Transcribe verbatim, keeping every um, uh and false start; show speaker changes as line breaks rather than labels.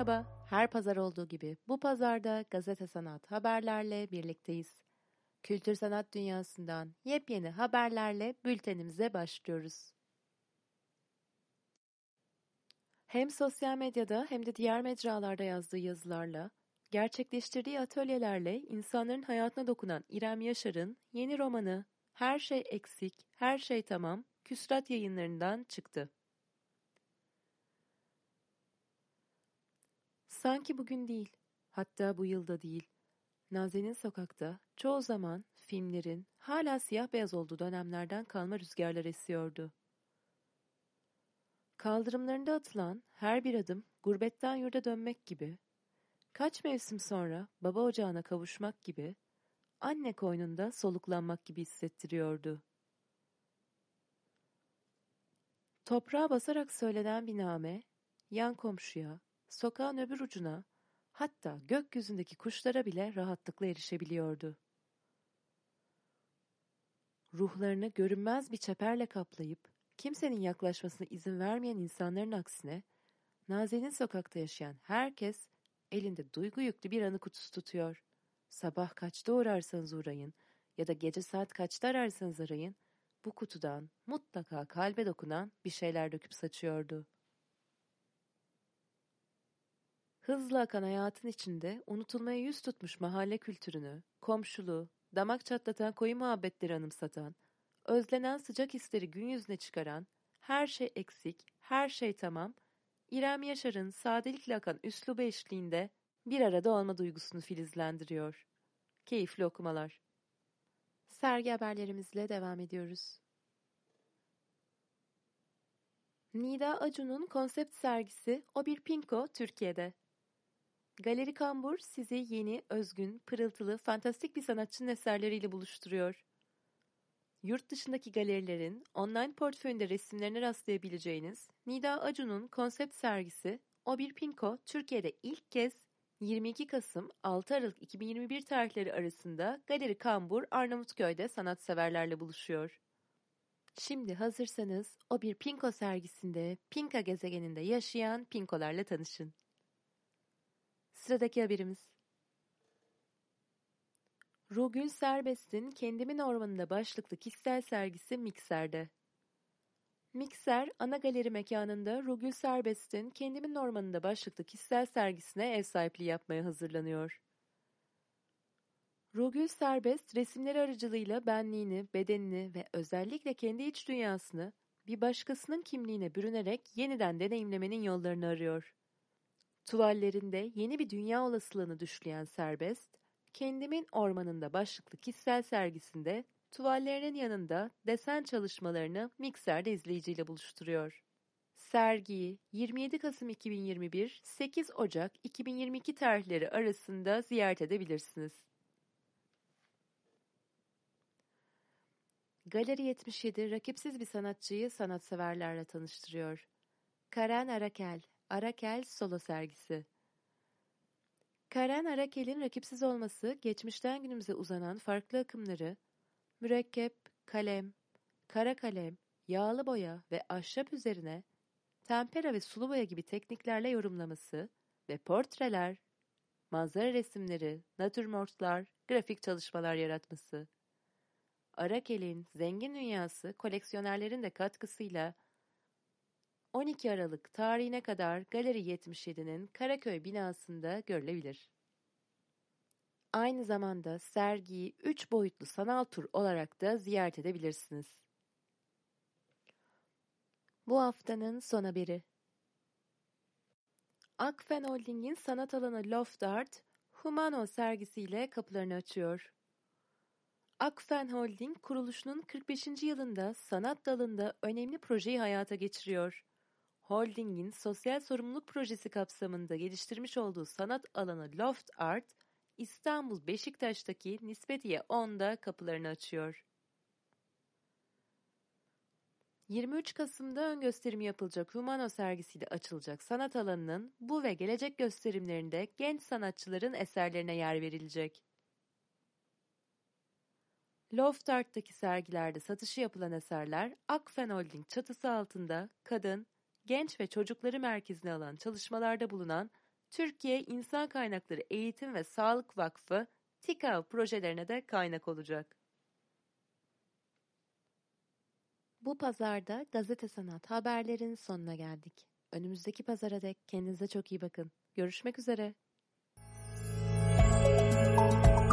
Merhaba, her pazar olduğu gibi bu pazarda gazete sanat haberlerle birlikteyiz. Kültür sanat dünyasından yepyeni haberlerle bültenimize başlıyoruz. Hem sosyal medyada hem de diğer mecralarda yazdığı yazılarla, gerçekleştirdiği atölyelerle insanların hayatına dokunan İrem Yaşar'ın yeni romanı Her Şey Eksik, Her Şey Tamam, Küstrat Yayınları'ndan çıktı. Sanki bugün değil, hatta bu yılda değil, Nazenin Sokak'ta çoğu zaman filmlerin hala siyah beyaz olduğu dönemlerden kalma rüzgarlar esiyordu. Kaldırımlarında atılan her bir adım gurbetten yurda dönmek gibi, kaç mevsim sonra baba ocağına kavuşmak gibi, anne koynunda soluklanmak gibi hissettiriyordu. Toprağa basarak söylenen bir name, yan komşuya, sokağın öbür ucuna, hatta gökyüzündeki kuşlara bile rahatlıkla erişebiliyordu. Ruhlarını görünmez bir çeperle kaplayıp, kimsenin yaklaşmasına izin vermeyen insanların aksine, Nazenin Sokak'ta yaşayan herkes, elinde duygu yüklü bir anı kutusu tutuyor. Sabah kaçta uğrarsanız uğrayın ya da gece saat kaçta ararsanız arayın, bu kutudan mutlaka kalbe dokunan bir şeyler döküp saçıyordu. Hızla akan hayatın içinde unutulmaya yüz tutmuş mahalle kültürünü, komşuluğu, damak çatlatan koyu muhabbetleri anımsatan, özlenen sıcak hisleri gün yüzüne çıkaran, her şey eksik, her şey tamam, İrem Yaşar'ın sadelikle akan üslubu eşliğinde bir arada olma duygusunu filizlendiriyor. Keyifli okumalar. Sergi haberlerimizle devam ediyoruz. Nida Acun'un konsept sergisi O Bir Pinko Türkiye'de. Galeri Kambur sizi yeni, özgün, pırıltılı, fantastik bir sanatçının eserleriyle buluşturuyor. Yurt dışındaki galerilerin online portföyünde resimlerine rastlayabileceğiniz Nida Acun'un konsept sergisi O Bir Pinko Türkiye'de ilk kez yirmi iki Kasım altı Aralık iki bin yirmi bir tarihleri arasında Galeri Kambur Arnavutköy'de sanatseverlerle buluşuyor. Şimdi hazırsanız O Bir Pinko sergisinde Pinka gezegeninde yaşayan pinkolarla tanışın. Sıradaki haberimiz. Rugül Serbest'in Kendimin Ormanında başlıklı kişisel sergisi Mikser'de. Mikser, ana galeri mekanında Rugül Serbest'in Kendimin Ormanında başlıklı kişisel sergisine ev sahipliği yapmaya hazırlanıyor. Rugül Serbest, resimleri aracılığıyla benliğini, bedenini ve özellikle kendi iç dünyasını bir başkasının kimliğine bürünerek yeniden deneyimlemenin yollarını arıyor. Tuvallerinde yeni bir dünya olasılığını düşleyen Serbest, Kendimin Ormanında başlıklı kişisel sergisinde tuvallerinin yanında desen çalışmalarını mikserde izleyiciyle buluşturuyor. Sergiyi yirmi yedi Kasım iki bin yirmi bir, sekiz Ocak iki bin yirmi iki tarihleri arasında ziyaret edebilirsiniz. Galeri yetmiş yedi rakipsiz bir sanatçıyı sanatseverlerle tanıştırıyor. Karen Arakel, Arakel Solo Sergisi. Karen Arakel'in rakipsiz olması, geçmişten günümüze uzanan farklı akımları, mürekkep, kalem, kara kalem, yağlı boya ve ahşap üzerine tempera ve sulu boya gibi tekniklerle yorumlaması ve portreler, manzara resimleri, natürmortlar, grafik çalışmalar yaratması. Arakel'in zengin dünyası koleksiyonerlerin de katkısıyla on iki Aralık tarihine kadar Galeri yetmiş yedi'nin Karaköy binasında görülebilir. Aynı zamanda sergiyi üç boyutlu sanal tur olarak da ziyaret edebilirsiniz. Bu haftanın son haberi. Akfen Holding'in sanat alanı Loft Art, Humano sergisiyle kapılarını açıyor. Akfen Holding, kuruluşunun kırk beşinci yılında sanat dalında önemli projeyi hayata geçiriyor. Holding'in sosyal sorumluluk projesi kapsamında geliştirmiş olduğu sanat alanı Loft Art, İstanbul Beşiktaş'taki Nispetiye on'da kapılarını açıyor. yirmi üç Kasım'da ön gösterimi yapılacak Humano sergisiyle açılacak sanat alanının bu ve gelecek gösterimlerinde genç sanatçıların eserlerine yer verilecek. Loft Art'taki sergilerde satışı yapılan eserler, Akfen Holding çatısı altında kadın, genç ve çocukları merkezine alan çalışmalarda bulunan Türkiye İnsan Kaynakları Eğitim ve Sağlık Vakfı TİKAV projelerine de kaynak olacak. Bu pazarda Gazete Sanat haberlerin sonuna geldik. Önümüzdeki pazara dek kendinize çok iyi bakın. Görüşmek üzere.